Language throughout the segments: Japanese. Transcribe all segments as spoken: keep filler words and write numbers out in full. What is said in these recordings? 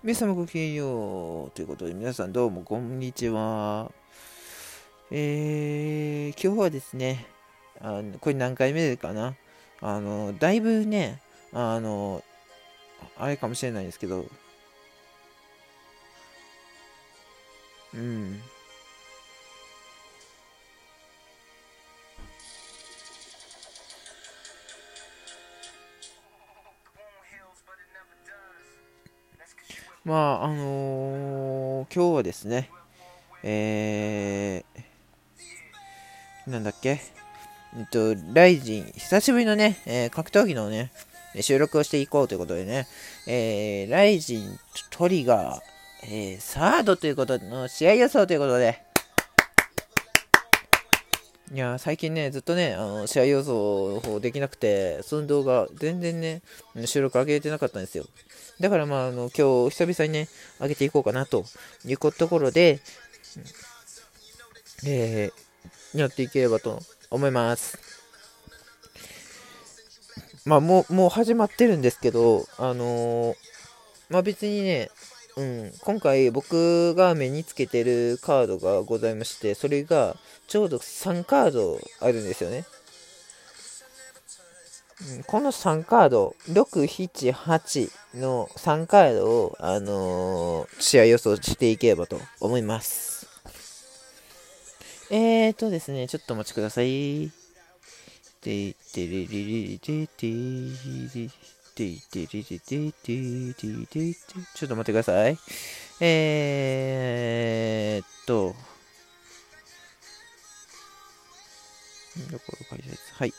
皆様ごきげんようということで、皆さんどうもこんにちは。えー、今日はですね、あのこれ何回目かな。あの、だいぶね、あの、あれかもしれないですけど、うん。まあ、あのー今日はですね、えー、なんだっけ、えっと、ライジン、久しぶりのね、えー格闘技のね、収録をしていこうということでね、えー、ライジントリガー、えー、サードということの試合予想ということで、いやー最近ね、ずっとね、あの試合予想できなくて、その動画、全然ね、収録上げてなかったんですよ。だからまあ、あの今日、久々にね、上げていこうかなというところで、えー、やっていければと思います。まあ、もう、もう始まってるんですけど、あのーまあ別にね、うん、今回僕が目につけてるカードがございまして、それがちょうどさんカードあるんですよね。このさんカード、ろく、なな、はちのさんカードを、あのー試合予想していければと思います。えーとですね、ちょっとお待ちください。ててれれれてててててれれててててちょっと待ってください。えーっと、どころ解説。はい。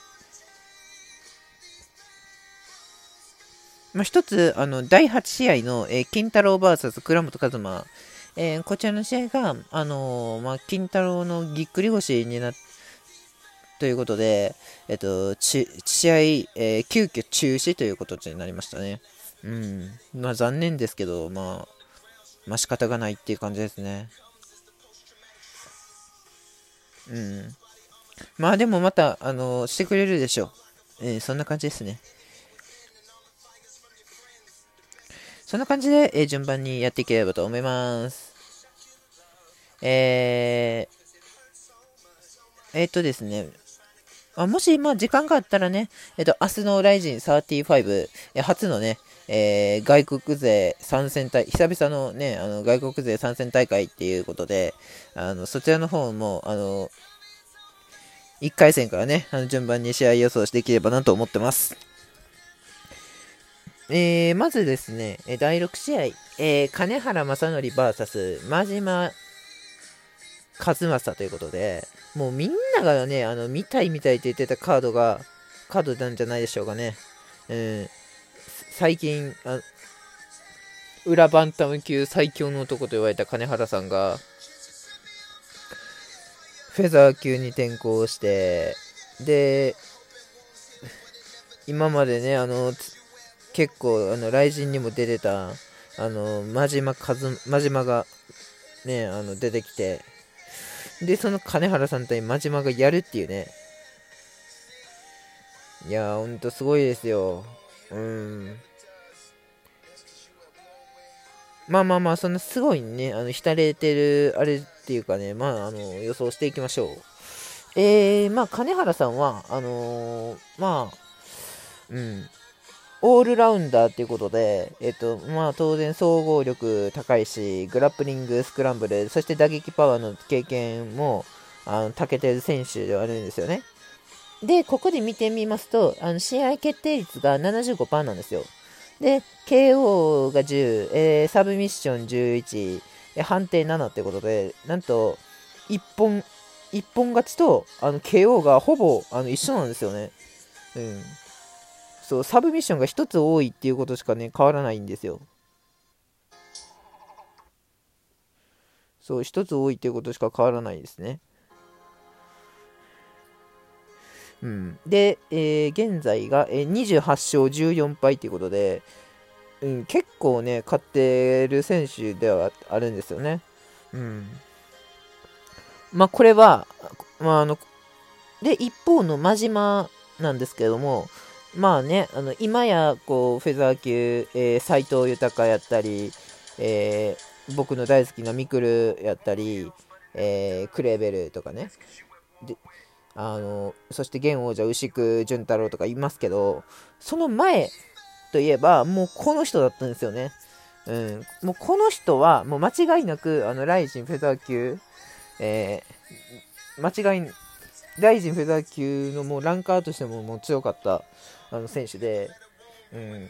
まあ、一つ、あの、だいはち試合の、えー、金太郎 ブイエス 倉本和馬、えーこちらの試合が、あのーまあ、金太郎のぎっくり腰になっということで、えっと、ち試合、えー急遽中止ということになりましたね。うん。まあ、残念ですけど、まあ、まあ、仕方がないっていう感じですね。うん。まあ、でもまた、あのーしてくれるでしょう。えーそんな感じですね。そんな感じで、えー順番にやっていければと思います。えー、えーっとですね、あもし、まあ、時間があったらね、えっと、明日のライジンさんじゅうご、え初のね、えー外国勢参戦大、久々のね、あの外国勢参戦大会っていうことで、あのそちらの方も、あの、いっかい戦からね、あの順番に試合予想していければなと思ってます。えーまずですね、えだいろく試合、えー金原正則 ブイエス 真島和正ということで、もうみんながね、あの見たい見たいって言ってたカードが、カードなんじゃないでしょうかね。うん、最近あ、裏バンタム級最強の男と言われた金原さんが、フェザー級に転向して、で、今までね、あの、結構、あの、雷神にも出てた、あの、真島和、真島がね、あの、出てきて、で、その金原さん対真島がやるっていうね、いやー、ほんとすごいですよ。うん。まあまあまあ、そんなすごいね、あの、浸れてる、あれっていうかね、まあ、あの、予想していきましょう。えー、まあ、金原さんは、あのーまあ、うん、オールラウンダーっていうことで、えっと、まあ、当然総合力高いし、グラップリング、スクランブル、そして打撃パワーの経験も、あの、長けてる選手ではあるんですよね。で、ここで見てみますと、あの試合決定率がななじゅうごパーセントなんですよ。で、ケーオー がじゅう、えーサブミッションじゅういち、え判定ななってことで、なんと、いっぽん、一本勝ちとあの ケーオー がほぼあの一緒なんですよね。うん。そう、サブミッションがひとつ多いっていうことしかね、変わらないんですよ。そう、ひとつ多いっていうことしか変わらないですね。うん。で、えー現在が、えーにじゅうはっ勝じゅうよん敗ということで、うん、結構ね、勝ってる選手ではあるんですよね。うん。まあ、これは、まあ、あの、で、一方の真島なんですけども、 まあね、あの今やこうフェザー級、えー、斉藤豊やったり、えー僕の大好きなミクルやったり、えークレーベルとかね、であのそして現王者牛久潤太郎とかいますけど、その前といえばもうこの人だったんですよね。うん、もうこの人はもう間違いなくあのライジンフェザー級、えー間違いライジンフェザー級のもうランカーとしてももう強かったあの選手で、うん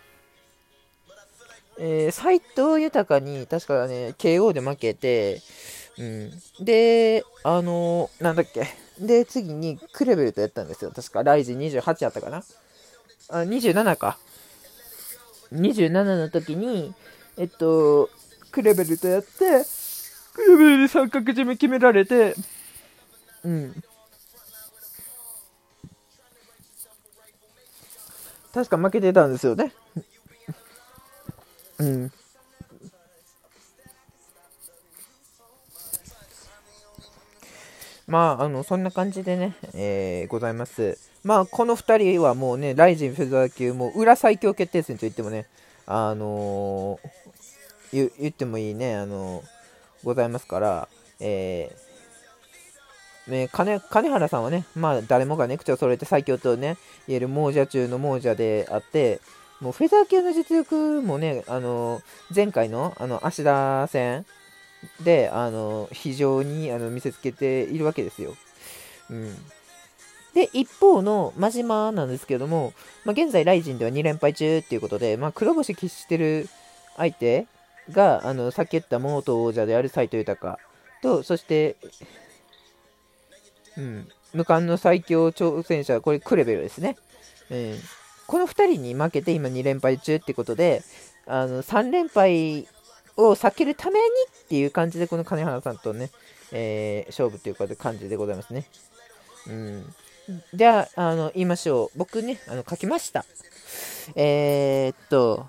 えー、斉藤豊に確かね ケーオー で負けて、うん、であのー、なんだっけ、で次にクレベルとやったんですよ。確かライジンにじゅうはちやったかな、あにじゅうななか、にじゅうななの時にえっとクレベルとやって、クレベルで三角締め決められて、うん確か負けてたんですよね。うん。まあ、あの、そんな感じでね、えーございます。まあ、このふたりはもうね、ライジンフェザー級、もう裏最強決定戦と言ってもね、あのー言言ってもいいね、あのーございますから、えーね、金金原さんはね、まあ、誰もがね、口を揃えて最強とね、言える亡者中の亡者であって、もうフェザー級の実力もね、あのー前回のあの芦田戦で、あのー非常にあの見せつけているわけですよ。うん、で、一方の真島なんですけども、まあ、現在、ライジンではに連敗中っていうことで、まあ、黒星喫してる相手が、あのさっき言った元王者である斎藤豊と、そして、うん、無冠の最強挑戦者、これ、クレベルですね。うん、このふたりに負けて、今、に連敗中ってことで、あのさん連敗を避けるためにっていう感じで、この金原さんとね、えー勝負っていうか感じでございますね。うん。じゃあ、あの、言いましょう。僕ね、あの、書きました。えー、っと、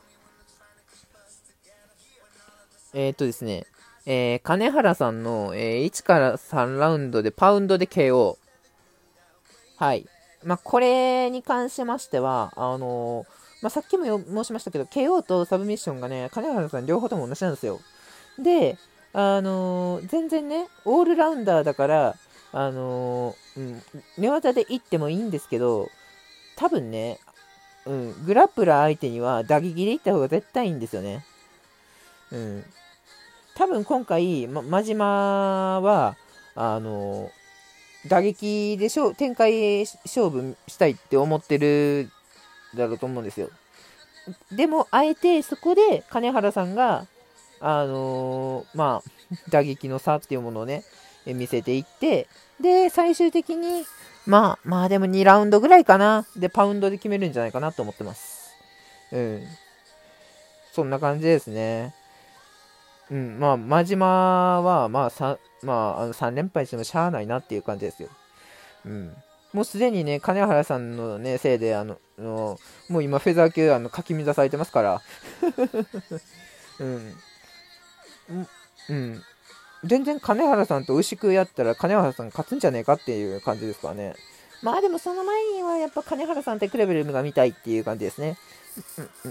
えー、っとですね、えー、金原さんの、えーいちからさんラウンドでパウンドで ケーオー。はい。まあ、これに関しましては、あのーまあ、さっきも申しましたけど、ケーオー とサブミッションがね、金原さん両方とも同じなんですよ。で、あのー全然ね、オールラウンダーだから、あのーうん、寝技でいってもいいんですけど、多分ね、うん、グラップラー相手には打撃でいった方が絶対いいんですよね。うん。多分今回、ま、真島は、あの、打撃で勝展開勝負したいって思ってるだろうと思うんですよ。でも、あえてそこで金原さんが、あのーまあ、打撃の差っていうものをね、見せていって、で、最終的に、まあ、まあでもにラウンドぐらいかな。で、パウンドで決めるんじゃないかなと思ってます。うん。そんな感じですね。うん、まあ、真島は、まあ、さまあ、あのさん連敗してもしゃあないなっていう感じですよ。うん。もうすでにね、金原さんのね、せいで、あの、のもう今、フェザー級、あの、かき乱されてますから、うん。うん。全然金原さんと牛久やったら、金原さん勝つんじゃねえかっていう感じですからね。まあでもその前にはやっぱ金原さんってクレベルが見たいっていう感じですね。うんうん。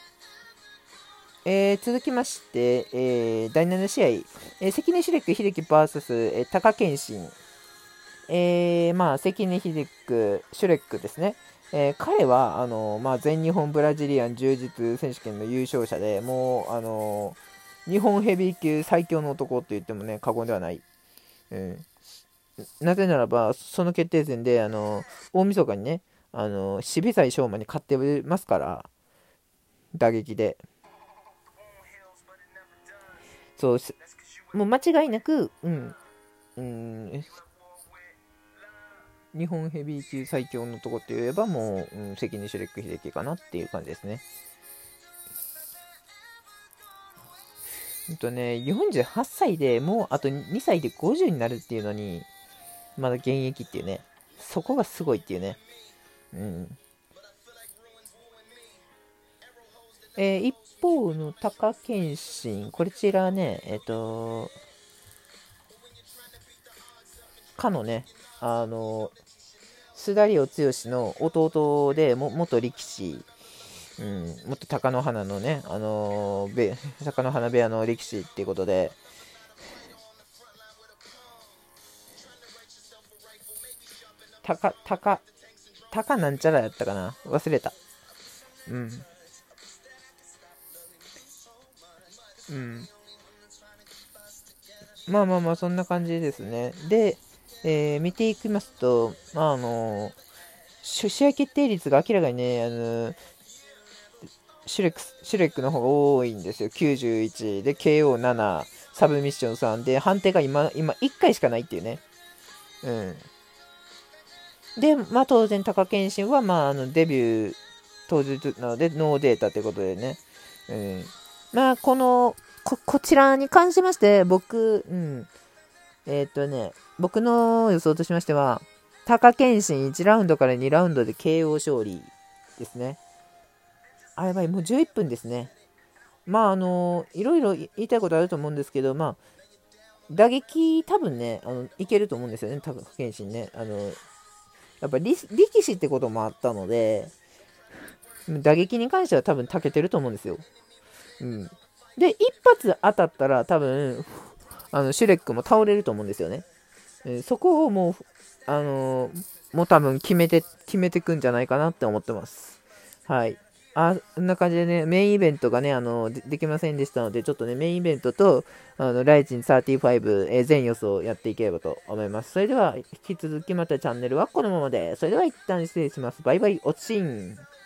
えー続きまして、えーだいなな試合、えー関根シュレック秀樹 ブイエス、えー、貴健信、えーまあ、関根秀樹シュレックですね。えー彼はあの、まあ、全日本ブラジリアン柔術選手権の優勝者で、もうあの日本ヘビー級最強の男と言ってもね過言ではない。うん、なぜならば、その決定戦であの大晦日にね、あの渋沢翔馬に勝ってますから、打撃で。そうもう間違いなく、うん、うん、日本ヘビー級最強のとこって言えばもう、うん、関根シュレック秀樹かなっていう感じですね。ほんとね、よんじゅうはっさいでもうあとにさいでごじゅうになるっていうのに、まだ現役っていうね、そこがすごいっていうね。うん。えー一方の貴健信、こちらね、えっ、と、かのね、あの、 須田理央剛の弟でも元力士、うん、元貴乃花のね、あのー、貴乃花部屋の力士っていうことで、たか、たか、たかなんちゃらやったかな、忘れた。うん。うん。まあまあまあ、そんな感じですね。で、えー見ていきますと、まああのし試合決定率が明らかにね、あのシュレックス、シュレックの方が多いんですよ。きゅうじゅういちで ケーオーなな、サブミッションさんで、判定が今、今いっかいしかないっていうね。うん。で、まあ当然、貴健信は、まああのデビュー当日なので、ノーデータということでね。うん。まあこの、こ、こちらに関しまして、僕、うん。えーっとね、僕の予想としましては、貴健信いちラウンドからにラウンドで ケーオー 勝利ですね。あ、やばい、もうじゅういっぷんですね。まあ、あの、いろいろ言いたいことあると思うんですけど、まあ、打撃、多分ね、あのいけると思うんですよね、貴健信ね。あの、やっぱり力士ってこともあったので、打撃に関しては多分長けてると思うんですよ。うん。で、一発当たったら多分、あのシュレックも倒れると思うんですよね。えーそこをもう、あのーもう多分決めて、決めてくんじゃないかなって思ってます。はい。あ、そんな感じでね、メインイベントがね、あので、できませんでしたので、ちょっとね、メインイベントと、あの、ライジンさんじゅうご、えー全予想をやっていければと思います。それでは、引き続きまたチャンネルはこのままで。それでは一旦失礼します。バイバイ、おちん。